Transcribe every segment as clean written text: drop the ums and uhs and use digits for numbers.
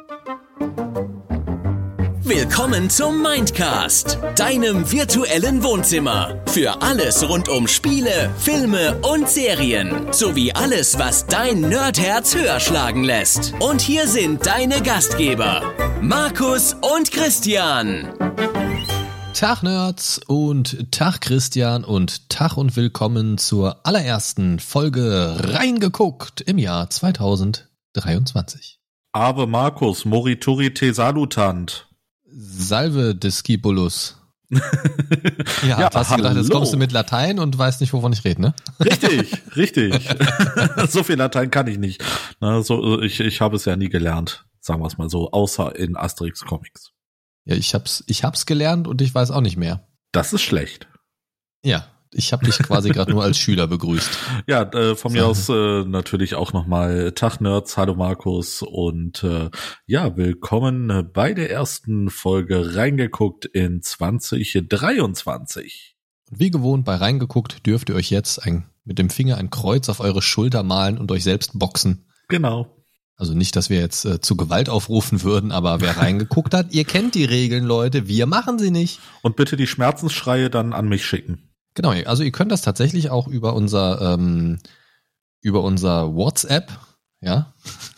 Willkommen zum Mindcast, deinem virtuellen Wohnzimmer. Für alles rund um Spiele, Filme und Serien. Sowie alles, was dein Nerdherz höher schlagen lässt. Und hier sind deine Gastgeber, Markus und Christian. Tag Nerds und Tag Christian und Tag und willkommen zur allerersten Folge Reingeguckt im Jahr 2023. Ave Markus, morituri te salutant. Salve Discipulus. Ja, hast du gedacht, jetzt kommst du mit Latein und weißt nicht, wovon ich rede, ne? Richtig. So viel Latein kann ich nicht. Ich habe es ja nie gelernt, sagen wir es mal so, außer in Asterix Comics. Ja, ich hab's gelernt und ich weiß auch nicht mehr. Das ist schlecht. Ja, ich habe dich quasi gerade nur als Schüler begrüßt. Ja, von mir aus natürlich auch nochmal Tag Nerds, hallo Markus und willkommen bei der ersten Folge Reingeguckt in 2023. Und wie gewohnt bei Reingeguckt dürft ihr euch jetzt mit dem Finger ein Kreuz auf eure Schulter malen und euch selbst boxen. Genau. Also nicht, dass wir jetzt zu Gewalt aufrufen würden, aber wer reingeguckt hat, ihr kennt die Regeln, Leute, wir machen sie nicht. Und bitte die Schmerzensschreie dann an mich schicken. Genau, also ihr könnt das tatsächlich auch über unser WhatsApp, ja,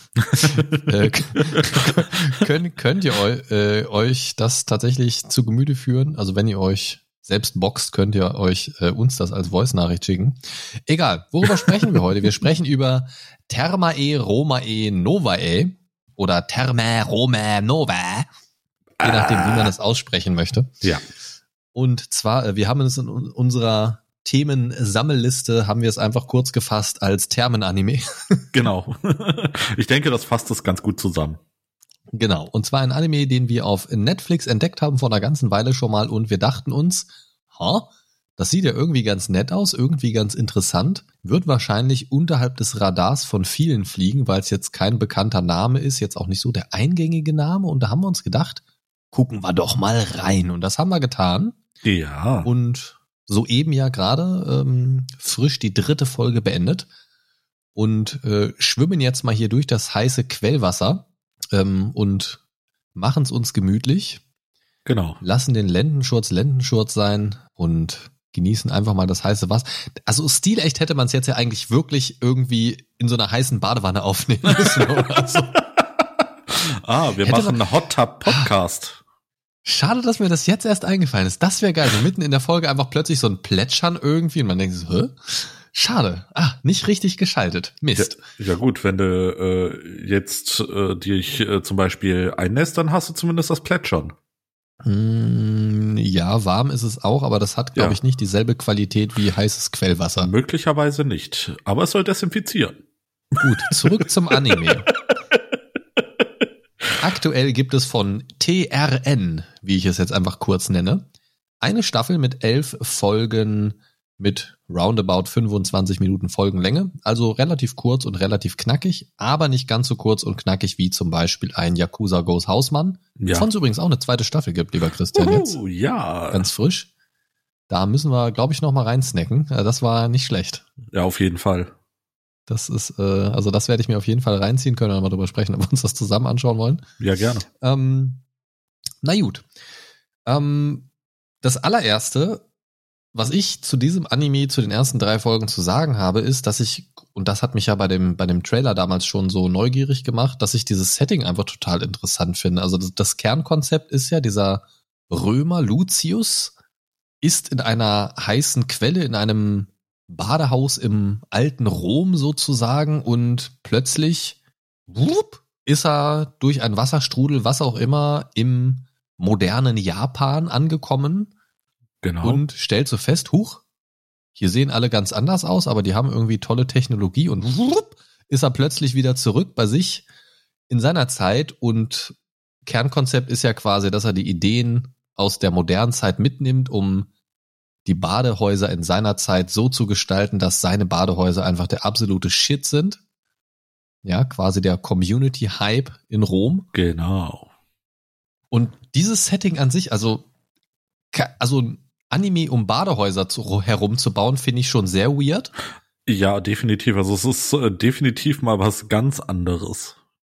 könnt ihr euch das tatsächlich zu Gemüte führen. Also wenn ihr euch selbst boxt, könnt ihr euch uns das als Voice-Nachricht schicken. Egal, worüber sprechen wir heute? Wir sprechen über Thermae Romae Novae oder Thermae Romae Nova, je nachdem, wie man das aussprechen möchte. Ja. Und zwar, wir haben es in unserer Themensammelliste, haben wir es einfach kurz gefasst als Thermen-Anime. Genau. Ich denke, das fasst es ganz gut zusammen. Genau. Und zwar ein Anime, den wir auf Netflix entdeckt haben vor einer ganzen Weile schon mal und wir dachten uns, das sieht ja irgendwie ganz nett aus, irgendwie ganz interessant, wird wahrscheinlich unterhalb des Radars von vielen fliegen, weil es jetzt kein bekannter Name ist, jetzt auch nicht so der eingängige Name und da haben wir uns gedacht, gucken wir doch mal rein und das haben wir getan. Ja. Und soeben ja gerade frisch die 3. Folge beendet und schwimmen jetzt mal hier durch das heiße Quellwasser und machen es uns gemütlich. Genau. Lassen den Lendenschurz sein und genießen einfach mal das heiße Wasser. Also stilecht hätte man es jetzt ja eigentlich wirklich irgendwie in so einer heißen Badewanne aufnehmen müssen oder so. Wir machen einen Hot Tub Podcast. Schade, dass mir das jetzt erst eingefallen ist. Das wäre geil. So mitten in der Folge einfach plötzlich so ein Plätschern irgendwie und man denkt so, schade. Nicht richtig geschaltet. Mist. Ja gut, wenn du jetzt dich zum Beispiel einnässt, dann hast du zumindest das Plätschern. Ja, warm ist es auch, aber das hat, glaube ich, nicht dieselbe Qualität wie heißes Quellwasser. Möglicherweise nicht, aber es soll desinfizieren. Gut, zurück zum Anime. Aktuell gibt es von TRN, wie ich es jetzt einfach kurz nenne, eine Staffel mit 11 Folgen mit roundabout 25 Minuten Folgenlänge, also relativ kurz und relativ knackig, aber nicht ganz so kurz und knackig wie zum Beispiel ein Yakuza Goes Hausmann, wovon es übrigens auch eine 2. Staffel gibt, lieber Christian, jetzt. Ja. Ganz frisch. Da müssen wir, glaube ich, noch mal reinsnacken. Das war nicht schlecht. Ja, auf jeden Fall. Das ist, also das werde ich mir auf jeden Fall reinziehen, können wir mal drüber sprechen, ob wir uns das zusammen anschauen wollen. Ja, gerne. Na gut. Das allererste, was ich zu diesem Anime, zu den ersten 3 Folgen zu sagen habe, ist, dass ich, und das hat mich ja bei dem Trailer damals schon so neugierig gemacht, dass ich dieses Setting einfach total interessant finde. Also das Kernkonzept ist ja, dieser Römer Lucius ist in einer heißen Quelle, in einem Badehaus im alten Rom sozusagen und plötzlich ist er durch einen Wasserstrudel, was auch immer, im modernen Japan angekommen. Genau. Und stellt so fest, hier sehen alle ganz anders aus, aber die haben irgendwie tolle Technologie und ist er plötzlich wieder zurück bei sich in seiner Zeit und Kernkonzept ist ja quasi, dass er die Ideen aus der modernen Zeit mitnimmt, um die Badehäuser in seiner Zeit so zu gestalten, dass seine Badehäuser einfach der absolute Shit sind. Ja, quasi der Community-Hype in Rom. Genau. Und dieses Setting an sich, also ein Anime um Badehäuser herumzubauen, finde ich schon sehr weird. Ja, definitiv. Also es ist definitiv mal was ganz anderes.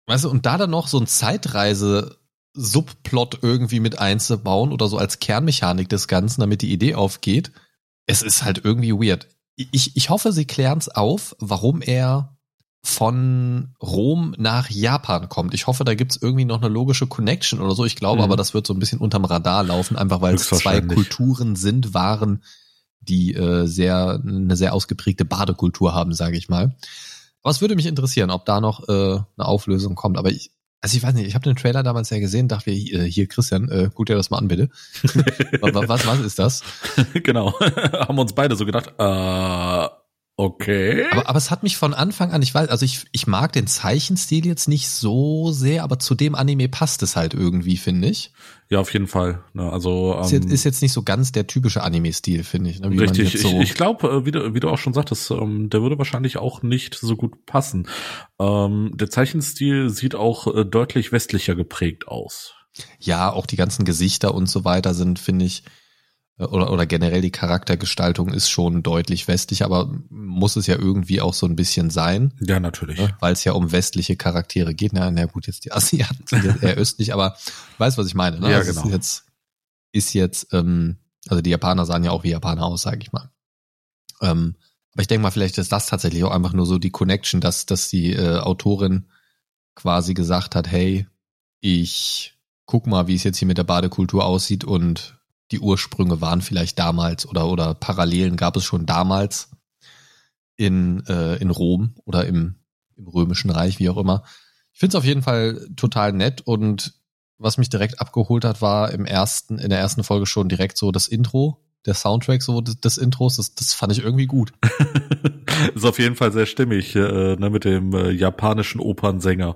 Weißt du, und da dann noch so ein Zeitreise-Subplot irgendwie mit einzubauen oder so als Kernmechanik des Ganzen, damit die Idee aufgeht, es ist halt irgendwie weird. Ich hoffe, sie klären es auf, warum er von Rom nach Japan kommt. Ich hoffe, da gibt's irgendwie noch eine logische Connection oder so. Ich glaube aber, das wird so ein bisschen unterm Radar laufen, einfach weil es zwei Kulturen waren, die eine sehr ausgeprägte Badekultur haben, sage ich mal. Aber es würde mich interessieren, ob da noch eine Auflösung kommt. Aber ich weiß nicht, ich habe den Trailer damals ja gesehen, dachte mir, hier Christian, guck dir das mal an, bitte. Was ist das? Genau, haben uns beide so gedacht, okay. Aber es hat mich von Anfang an, ich weiß, also ich mag den Zeichenstil jetzt nicht so sehr, aber zu dem Anime passt es halt irgendwie, finde ich. Ja, auf jeden Fall. Also ist jetzt nicht so ganz der typische Anime-Stil, finde ich. Ne, richtig, ich glaube, wie du auch schon sagtest, der würde wahrscheinlich auch nicht so gut passen. Der Zeichenstil sieht auch deutlich westlicher geprägt aus. Ja, auch die ganzen Gesichter und so weiter sind, finde ich, oder generell die Charaktergestaltung ist schon deutlich westlich, aber muss es ja irgendwie auch so ein bisschen sein. Ja, natürlich. Ne? Weil es ja um westliche Charaktere geht. Na gut, jetzt die Asiaten sind jetzt eher östlich, aber weißt, was ich meine. Ne? Ja, also genau. Ist jetzt, also die Japaner sahen ja auch wie Japaner aus, sage ich mal. Aber ich denke mal, vielleicht ist das tatsächlich auch einfach nur so die Connection, dass die Autorin quasi gesagt hat, hey, ich guck mal, wie es jetzt hier mit der Badekultur aussieht und die Ursprünge waren vielleicht damals oder Parallelen gab es schon damals in Rom oder im Römischen Reich, wie auch immer. Ich finde es auf jeden Fall total nett und was mich direkt abgeholt hat, war in der ersten Folge schon direkt so das Intro, der Soundtrack so des Intros, das fand ich irgendwie gut. Ist auf jeden Fall sehr stimmig, mit dem japanischen Opernsänger.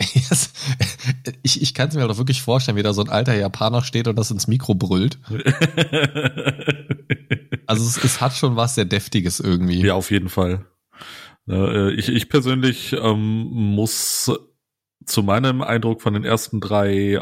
Ich kann es mir doch wirklich vorstellen, wie da so ein alter Japaner steht und das ins Mikro brüllt. Also es hat schon was sehr Deftiges irgendwie. Ja, auf jeden Fall. Ich persönlich muss zu meinem Eindruck von den ersten 3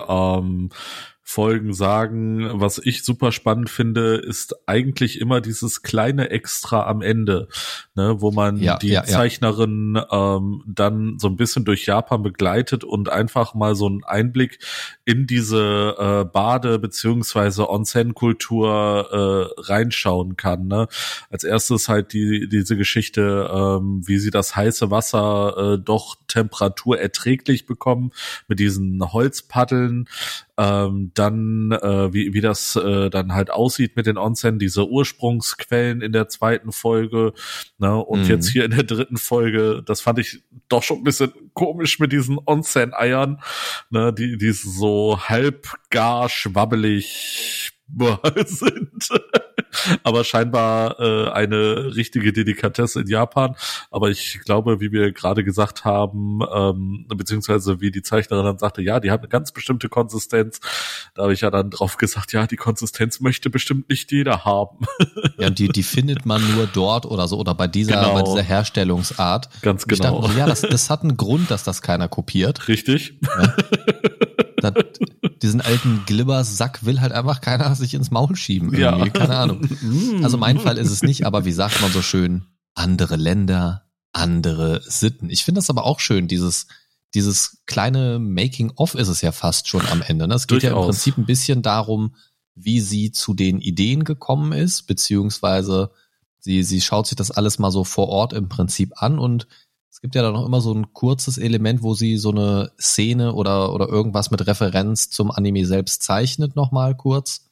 Folgen sagen, was ich super spannend finde, ist eigentlich immer dieses kleine Extra am Ende, ne, wo man die Zeichnerin dann so ein bisschen durch Japan begleitet und einfach mal so einen Einblick in diese Bade- beziehungsweise Onsen-Kultur reinschauen kann. Ne? Als erstes halt diese Geschichte, wie sie das heiße Wasser doch temperaturerträglich bekommen mit diesen Holzpaddeln. Dann wie das dann halt aussieht mit den Onsen, diese Ursprungsquellen in der 2. Folge, ne? Und jetzt hier in der 3. Folge, das fand ich doch schon ein bisschen komisch mit diesen Onsen-Eiern, ne? Die so halb gar schwabbelig sind. Aber scheinbar eine richtige Delikatesse in Japan. Aber ich glaube, wie wir gerade gesagt haben, beziehungsweise wie die Zeichnerin dann sagte, ja, die hat eine ganz bestimmte Konsistenz. Da habe ich ja dann drauf gesagt, ja, die Konsistenz möchte bestimmt nicht jeder haben. Ja, die findet man nur dort oder so, oder bei dieser Herstellungsart. Ganz genau. Ich dachte, ja, das hat einen Grund, dass das keiner kopiert. Richtig. Ja. Diesen alten Glibber-Sack will halt einfach keiner sich ins Maul schieben irgendwie, keine Ahnung. Also mein Fall ist es nicht, aber wie sagt man so schön, andere Länder, andere Sitten. Ich finde das aber auch schön, dieses kleine Making-of ist es ja fast schon am Ende. Ne? Es geht ja im Prinzip ein bisschen darum, wie sie zu den Ideen gekommen ist, beziehungsweise sie schaut sich das alles mal so vor Ort im Prinzip an und es gibt ja dann noch immer so ein kurzes Element, wo sie so eine Szene oder irgendwas mit Referenz zum Anime selbst zeichnet, nochmal kurz.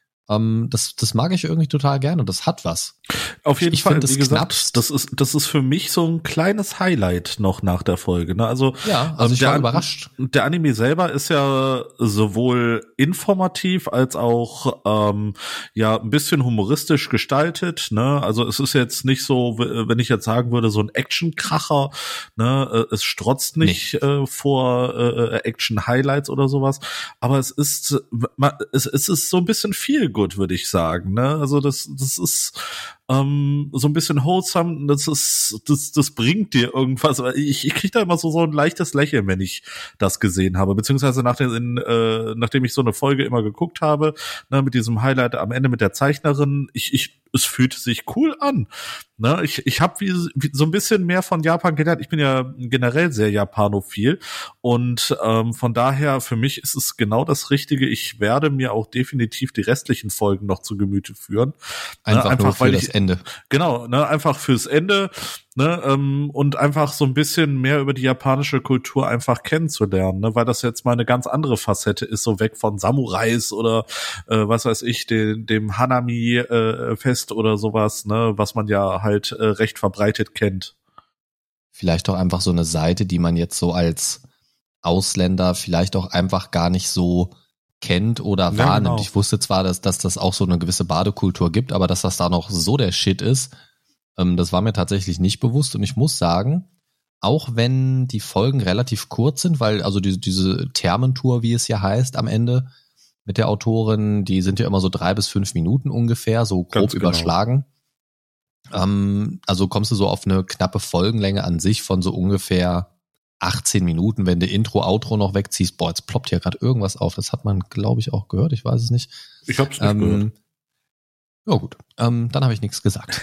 Das mag ich irgendwie total gerne und das hat was. Auf jeden Fall, wie gesagt, das ist für mich so ein kleines Highlight noch nach der Folge. Ne? Also ich war überrascht. Der Anime selber ist ja sowohl informativ als auch ein bisschen humoristisch gestaltet. Ne? Also es ist jetzt nicht so, wenn ich jetzt sagen würde, so ein Action-Kracher. Ne? Es strotzt nicht vor Action-Highlights oder sowas. Aber es ist so ein bisschen viel gut, würde ich sagen. Ne? Also das ist so ein bisschen wholesome, das bringt dir irgendwas. Ich kriege da immer so ein leichtes Lächeln, wenn ich das gesehen habe, beziehungsweise nachdem ich so eine Folge immer geguckt habe, ne, mit diesem Highlight am Ende mit der Zeichnerin, es fühlte sich cool an. Ne, ich habe wie so ein bisschen mehr von Japan gelernt. Ich bin ja generell sehr japanophil und von daher für mich ist es genau das Richtige. Ich werde mir auch definitiv die restlichen Folgen noch zu Gemüte führen. Einfach nur für das Ende. Genau, ne, einfach fürs Ende, ne, und einfach so ein bisschen mehr über die japanische Kultur einfach kennenzulernen, ne, weil das jetzt mal eine ganz andere Facette ist, so weg von Samurais oder was weiß ich, dem Hanami-Fest oder sowas, ne, was man ja halt recht verbreitet kennt. Vielleicht auch einfach so eine Seite, die man jetzt so als Ausländer vielleicht auch einfach gar nicht so kennt oder wahrnimmt. Genau. Ich wusste zwar, dass das auch so eine gewisse Badekultur gibt, aber dass das da noch so der Shit ist, das war mir tatsächlich nicht bewusst. Und ich muss sagen, auch wenn die Folgen relativ kurz sind, weil also diese Thermentour, wie es ja heißt am Ende mit der Autorin, die sind ja immer so 3 bis 5 Minuten ungefähr, so grob überschlagen. Also kommst du so auf eine knappe Folgenlänge an sich von so ungefähr 18 Minuten, wenn du Intro, Outro noch wegziehst. Boah, jetzt ploppt hier gerade irgendwas auf. Das hat man, glaube ich, auch gehört. Ich weiß es nicht. Ich hab's nicht gehört. Ja gut, dann habe ich nichts gesagt.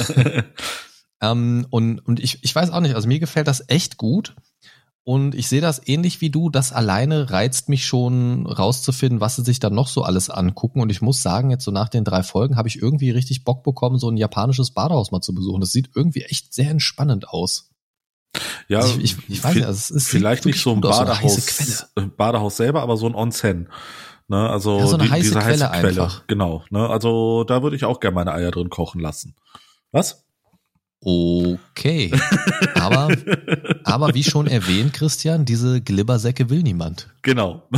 Und ich weiß auch nicht, also mir gefällt das echt gut. Und ich sehe das ähnlich wie du. Das alleine reizt mich schon rauszufinden, was sie sich dann noch so alles angucken. Und ich muss sagen, jetzt so nach den 3 Folgen habe ich irgendwie richtig Bock bekommen, so ein japanisches Badehaus mal zu besuchen. Das sieht irgendwie echt sehr entspannend aus. Ja, also ich weiß nicht, also es ist vielleicht nicht so ein Badehaus selber, aber so ein Onsen. Ne, also ja, so eine heiße diese Quelle heiße Quelle. Einfach. Genau. Ne, also da würde ich auch gerne meine Eier drin kochen lassen. Was? Okay. Aber wie schon erwähnt, Christian, diese Glibbersäcke will niemand. Genau.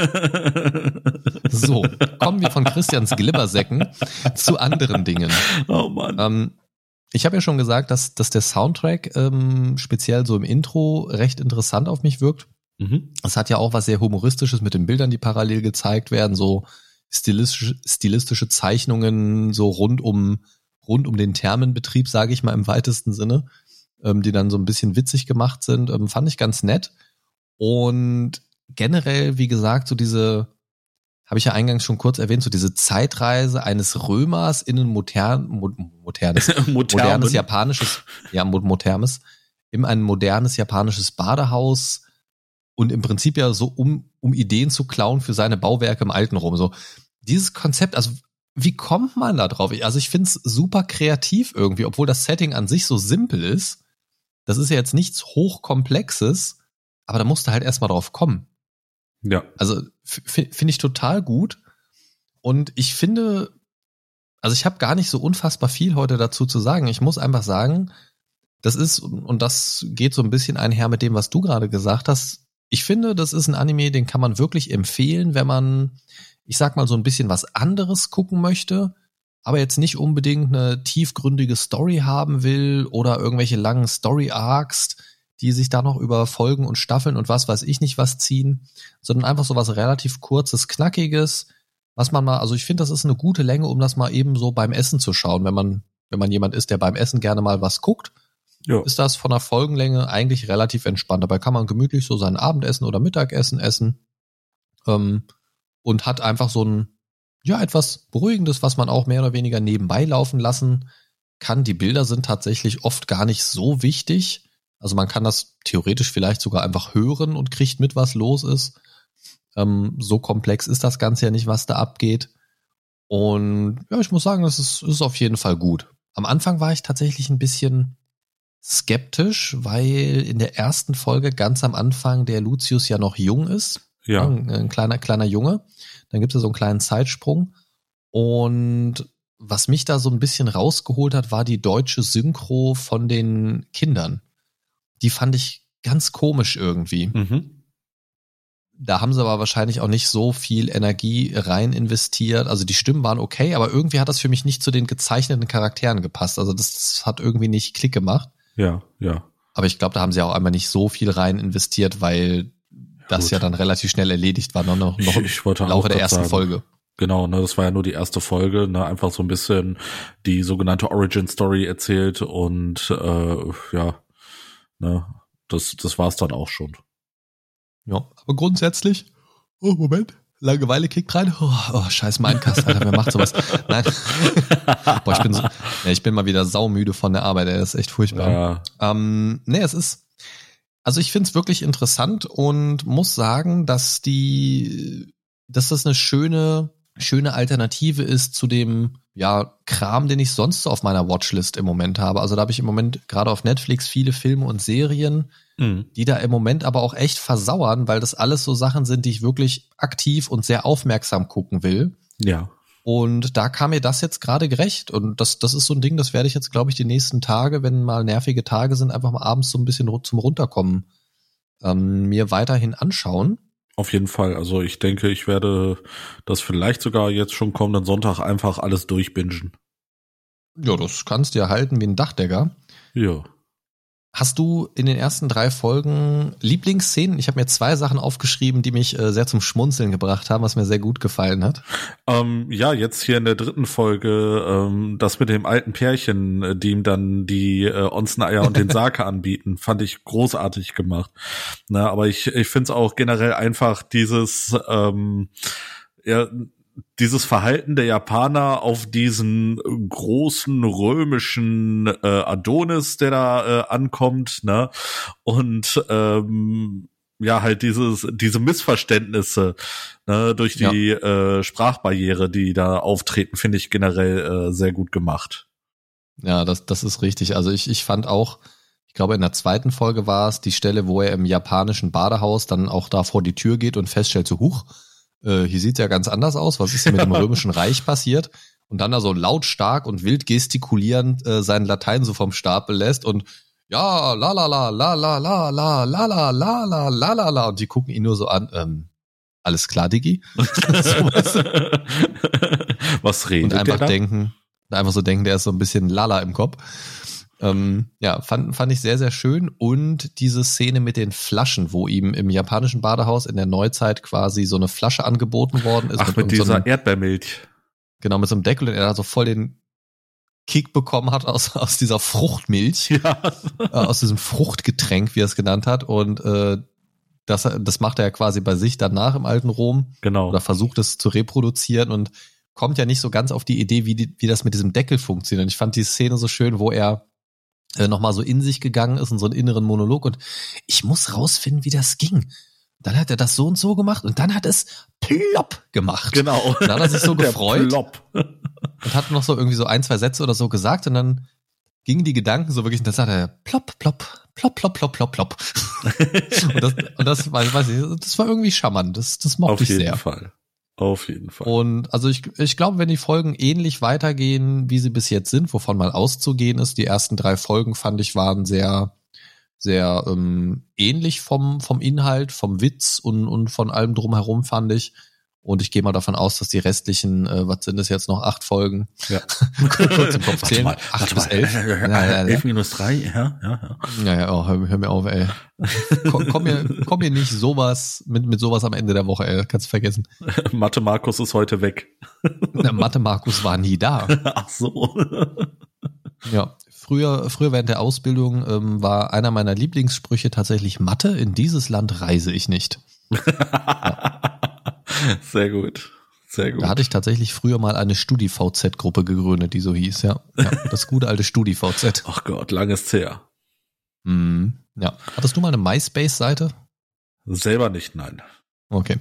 So, kommen wir von Christians Glibbersäcken zu anderen Dingen. Oh Mann. Ich habe ja schon gesagt, dass der Soundtrack speziell so im Intro recht interessant auf mich wirkt. Es hat ja auch was sehr Humoristisches mit den Bildern, die parallel gezeigt werden, so stilistische Zeichnungen so rund um den Thermenbetrieb, sage ich mal im weitesten Sinne, die dann so ein bisschen witzig gemacht sind, fand ich ganz nett. Und generell, wie gesagt, so diese, habe ich ja eingangs schon kurz erwähnt, so diese Zeitreise eines Römers in ein modernes japanisches, ja, in ein modernes japanisches Badehaus und im Prinzip ja so, um Ideen zu klauen für seine Bauwerke im alten Rom. So dieses Konzept, also wie kommt man da drauf? Also ich finde es super kreativ irgendwie, obwohl das Setting an sich so simpel ist. Das ist ja jetzt nichts Hochkomplexes, aber da musst du halt erstmal drauf kommen. Ja. Also finde ich total gut. Und ich finde, also ich habe gar nicht so unfassbar viel heute dazu zu sagen. Ich muss einfach sagen, das ist, und das geht so ein bisschen einher mit dem, was du gerade gesagt hast. Ich finde, das ist ein Anime, den kann man wirklich empfehlen, wenn man, ich sag mal, so ein bisschen was anderes gucken möchte, aber jetzt nicht unbedingt eine tiefgründige Story haben will oder irgendwelche langen Story-Arcs, die sich da noch über Folgen und Staffeln und was weiß ich nicht was ziehen, sondern einfach so was relativ kurzes, knackiges, was man mal, also ich finde, das ist eine gute Länge, um das mal eben so beim Essen zu schauen, wenn man jemand ist, der beim Essen gerne mal was guckt. Jo. Ist das von der Folgenlänge eigentlich relativ entspannt. Dabei kann man gemütlich so sein Abendessen oder Mittagessen essen und hat einfach so ein, ja, etwas Beruhigendes, was man auch mehr oder weniger nebenbei laufen lassen kann. Die Bilder sind tatsächlich oft gar nicht so wichtig. Also man kann das theoretisch vielleicht sogar einfach hören und kriegt mit, was los ist. So komplex ist das Ganze ja nicht, was da abgeht. Und ja, ich muss sagen, das ist auf jeden Fall gut. Am Anfang war ich tatsächlich ein bisschen skeptisch, weil in der ersten Folge ganz am Anfang der Lucius ja noch jung ist. Ja. Ein kleiner Junge. Dann gibt es ja so einen kleinen Zeitsprung. Und was mich da so ein bisschen rausgeholt hat, war die deutsche Synchro von den Kindern. Die fand ich ganz komisch irgendwie. Da haben sie aber wahrscheinlich auch nicht so viel Energie rein investiert. Also die Stimmen waren okay, aber irgendwie hat das für mich nicht zu den gezeichneten Charakteren gepasst. Also das hat irgendwie nicht Klick gemacht. Ja. Aber ich glaube, da haben sie auch einmal nicht so viel rein investiert, weil das ja dann relativ schnell erledigt war, noch im Laufe der ersten Folge. Genau, ne, das war ja nur die erste Folge, ne, einfach so ein bisschen die sogenannte Origin Story erzählt und ja, ne, das war's dann auch schon. Ja, aber grundsätzlich, oh Moment, Langeweile kickt rein. Scheiß Mindcast, Alter, wer macht sowas? Nein. Boah, ich bin mal wieder saumüde von der Arbeit, ey, das ist echt furchtbar. Ja. Es ist, also ich find's wirklich interessant und muss sagen, dass das eine schöne Alternative ist zu dem, ja, Kram, den ich sonst so auf meiner Watchlist im Moment habe. Also da habe ich im Moment gerade auf Netflix viele Filme und Serien, die da im Moment aber auch echt versauern, weil das alles so Sachen sind, die ich wirklich aktiv und sehr aufmerksam gucken will. Ja. Und da kam mir das jetzt gerade gerecht. Und das ist so ein Ding, das werde ich jetzt, glaube ich, die nächsten Tage, wenn mal nervige Tage sind, einfach mal abends so ein bisschen zum Runterkommen mir weiterhin anschauen. Auf jeden Fall. Also ich denke, ich werde das vielleicht sogar jetzt schon kommenden Sonntag einfach alles durchbingen. Ja, das kannst du ja halten wie ein Dachdecker. Ja. Hast du in den ersten 3 Folgen Lieblingsszenen? Ich habe mir 2 Sachen aufgeschrieben, die mich sehr zum Schmunzeln gebracht haben, was mir sehr gut gefallen hat. Ja, jetzt hier in der 3. Folge, das mit dem alten Pärchen, die ihm dann die Onseneier und den Sake anbieten, fand ich großartig gemacht. Na, aber ich finde es auch generell einfach dieses Verhalten der Japaner auf diesen großen römischen Adonis, der da ankommt, ne? Und halt diese Missverständnisse, ne, durch die Sprachbarriere, die da auftreten, finde ich generell sehr gut gemacht. Ja, das ist richtig. Also ich fand auch, ich glaube in der 2. Folge war es die Stelle, wo er im japanischen Badehaus dann auch da vor die Tür geht und feststellt, so huch, hier sieht's ja ganz anders aus. Was ist denn mit dem Römischen Reich passiert? Und dann da so lautstark und wild gestikulierend seinen Latein so vom Stapel lässt und ja, la la la la la la la la la la la la la la und die gucken ihn nur so an, alles klar, Diggi? Was redet und einfach der denken, der ist so ein bisschen lala im Kopf. Fand ich sehr, sehr schön. Und diese Szene mit den Flaschen, wo ihm im japanischen Badehaus in der Neuzeit quasi so eine Flasche angeboten worden ist. Ach, mit dieser Erdbeermilch. Genau, mit so einem Deckel und er da so voll den Kick bekommen hat aus dieser Fruchtmilch. Ja. Aus diesem Fruchtgetränk, wie er es genannt hat. Und das macht er ja quasi bei sich danach im alten Rom. Genau. Oder versucht es zu reproduzieren und kommt ja nicht so ganz auf die Idee, wie das mit diesem Deckel funktioniert. Und ich fand die Szene so schön, wo er nochmal so in sich gegangen ist und so einen inneren Monolog und ich muss rausfinden, wie das ging. Dann hat er das so und so gemacht und dann hat es plopp gemacht. Genau. Und dann hat er sich so gefreut Plopp. und hat noch so irgendwie so 1, 2 Sätze oder so gesagt und dann gingen die Gedanken so wirklich und dann sagt er plopp, plopp, plopp, plopp, plopp, plopp, plopp. und das weiß ich, das war irgendwie charmant. Das mochte ich sehr. Auf jeden Fall. Und also ich glaube, wenn die Folgen ähnlich weitergehen, wie sie bis jetzt sind, wovon mal auszugehen ist, die ersten 3 Folgen fand ich waren sehr, sehr ähnlich vom Inhalt, vom Witz und von allem drumherum fand ich. Und ich gehe mal davon aus, dass die restlichen, was sind es jetzt noch, 8 Folgen? Ja. Kurz im Kopf zählen. 8 bis 11. 11 minus 3, ja. Ja, hör mir auf, ey. Komm mir nicht sowas, mit sowas am Ende der Woche, ey. Kannst du vergessen. Mathe Markus ist heute weg. Mathe Markus war nie da. Ach so. Ja. Früher während der Ausbildung war einer meiner Lieblingssprüche tatsächlich Mathe. In dieses Land reise ich nicht. Ja. Sehr gut. Sehr gut. Da hatte ich tatsächlich früher mal eine Studi-VZ-Gruppe gegründet, die so hieß, ja. Das gute alte Studi-VZ. Ach Gott, lang ist's her. Ja. Hattest du mal eine MySpace-Seite? Selber nicht, nein. Okay.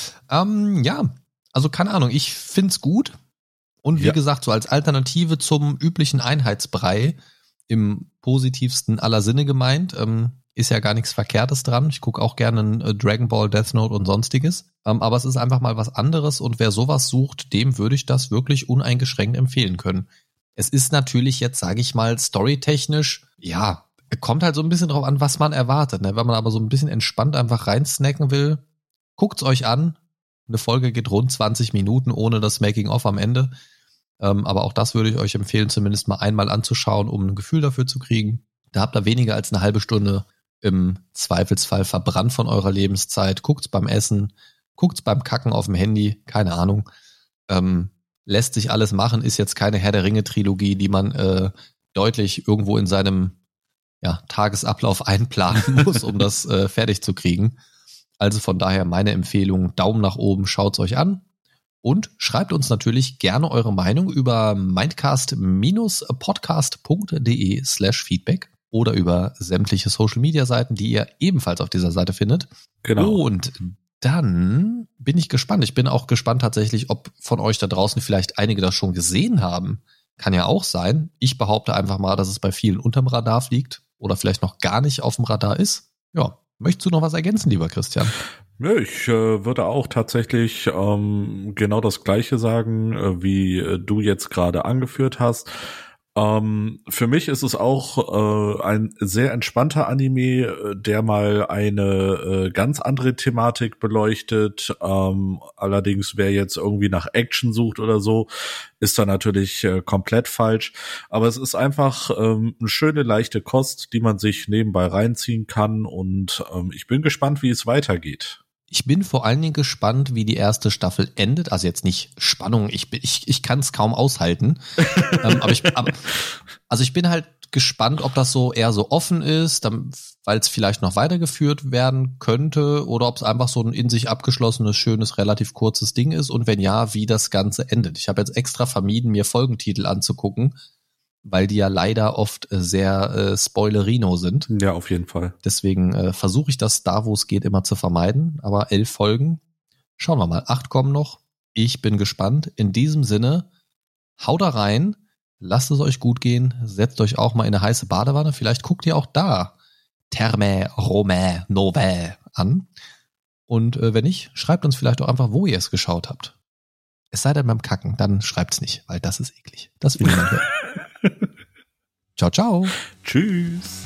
Ja, also keine Ahnung, ich find's gut. Und wie gesagt, so als Alternative zum üblichen Einheitsbrei, im positivsten aller Sinne gemeint, ist ja gar nichts Verkehrtes dran. Ich gucke auch gerne Dragon Ball, Death Note und sonstiges. Aber es ist einfach mal was anderes und wer sowas sucht, dem würde ich das wirklich uneingeschränkt empfehlen können. Es ist natürlich jetzt, sage ich mal, storytechnisch, ja, kommt halt so ein bisschen drauf an, was man erwartet. Ne? Wenn man aber so ein bisschen entspannt einfach reinsnacken will, guckt's euch an. Eine Folge geht rund 20 Minuten ohne das Making-of am Ende. Aber auch das würde ich euch empfehlen, zumindest mal einmal anzuschauen, um ein Gefühl dafür zu kriegen. Da habt ihr weniger als eine halbe Stunde im Zweifelsfall verbrannt von eurer Lebenszeit. Guckt's beim Essen, guckt's beim Kacken auf dem Handy, keine Ahnung. lässt sich alles machen, ist jetzt keine Herr der Ringe-Trilogie, die man deutlich irgendwo in seinem Tagesablauf einplanen muss, um das fertig zu kriegen. Also von daher meine Empfehlung, Daumen nach oben, schaut's euch an und schreibt uns natürlich gerne eure Meinung über mindcast-podcast.de/Feedback oder über sämtliche Social-Media-Seiten, die ihr ebenfalls auf dieser Seite findet. Genau. Und dann bin ich gespannt. Ich bin auch gespannt tatsächlich, ob von euch da draußen vielleicht einige das schon gesehen haben. Kann ja auch sein. Ich behaupte einfach mal, dass es bei vielen unterm Radar fliegt oder vielleicht noch gar nicht auf dem Radar ist. Ja. Möchtest du noch was ergänzen, lieber Christian? Ja, ich würde auch tatsächlich genau das Gleiche sagen, wie du jetzt gerade angeführt hast. Für mich ist es auch ein sehr entspannter Anime, der mal eine ganz andere Thematik beleuchtet. Allerdings, wer jetzt irgendwie nach Action sucht oder so, ist da natürlich komplett falsch. Aber es ist einfach eine schöne, leichte Kost, die man sich nebenbei reinziehen kann. Und ich bin gespannt, wie es weitergeht. Ich bin vor allen Dingen gespannt, wie die erste Staffel endet. Also jetzt nicht Spannung, ich kann es kaum aushalten. Ich bin halt gespannt, ob das so eher so offen ist, weil es vielleicht noch weitergeführt werden könnte oder ob es einfach so ein in sich abgeschlossenes, schönes, relativ kurzes Ding ist und wenn ja, wie das Ganze endet. Ich habe jetzt extra vermieden, mir Folgentitel anzugucken, weil die ja leider oft sehr Spoilerino sind. Ja, auf jeden Fall. Deswegen versuche ich das da, wo es geht, immer zu vermeiden. Aber 11 Folgen, schauen wir mal. 8 kommen noch. Ich bin gespannt. In diesem Sinne, haut da rein, lasst es euch gut gehen, setzt euch auch mal in eine heiße Badewanne. Vielleicht guckt ihr auch da Terme Rome Nove an. Und wenn nicht, schreibt uns vielleicht auch einfach, wo ihr es geschaut habt. Es sei denn beim Kacken, dann schreibt's nicht, weil das ist eklig. Das will niemand hören. Ciao, ciao. Tschüss.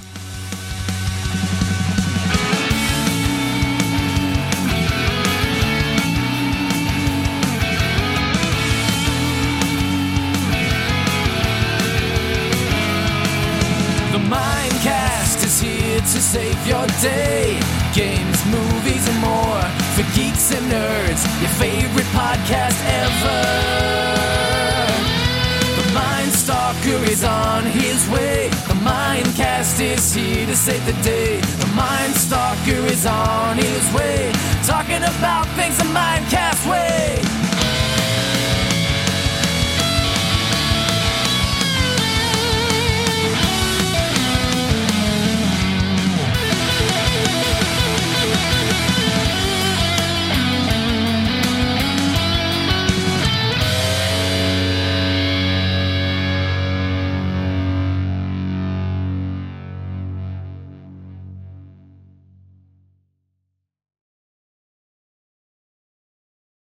The Mindcast is here to save your day. Games, movies, and more for geeks and nerds. Your favorite podcast ever. The Mindstalker is on his way. The Mindcast is here to save the day. The Mindstalker is on his way. Talking about things the Mindcast way.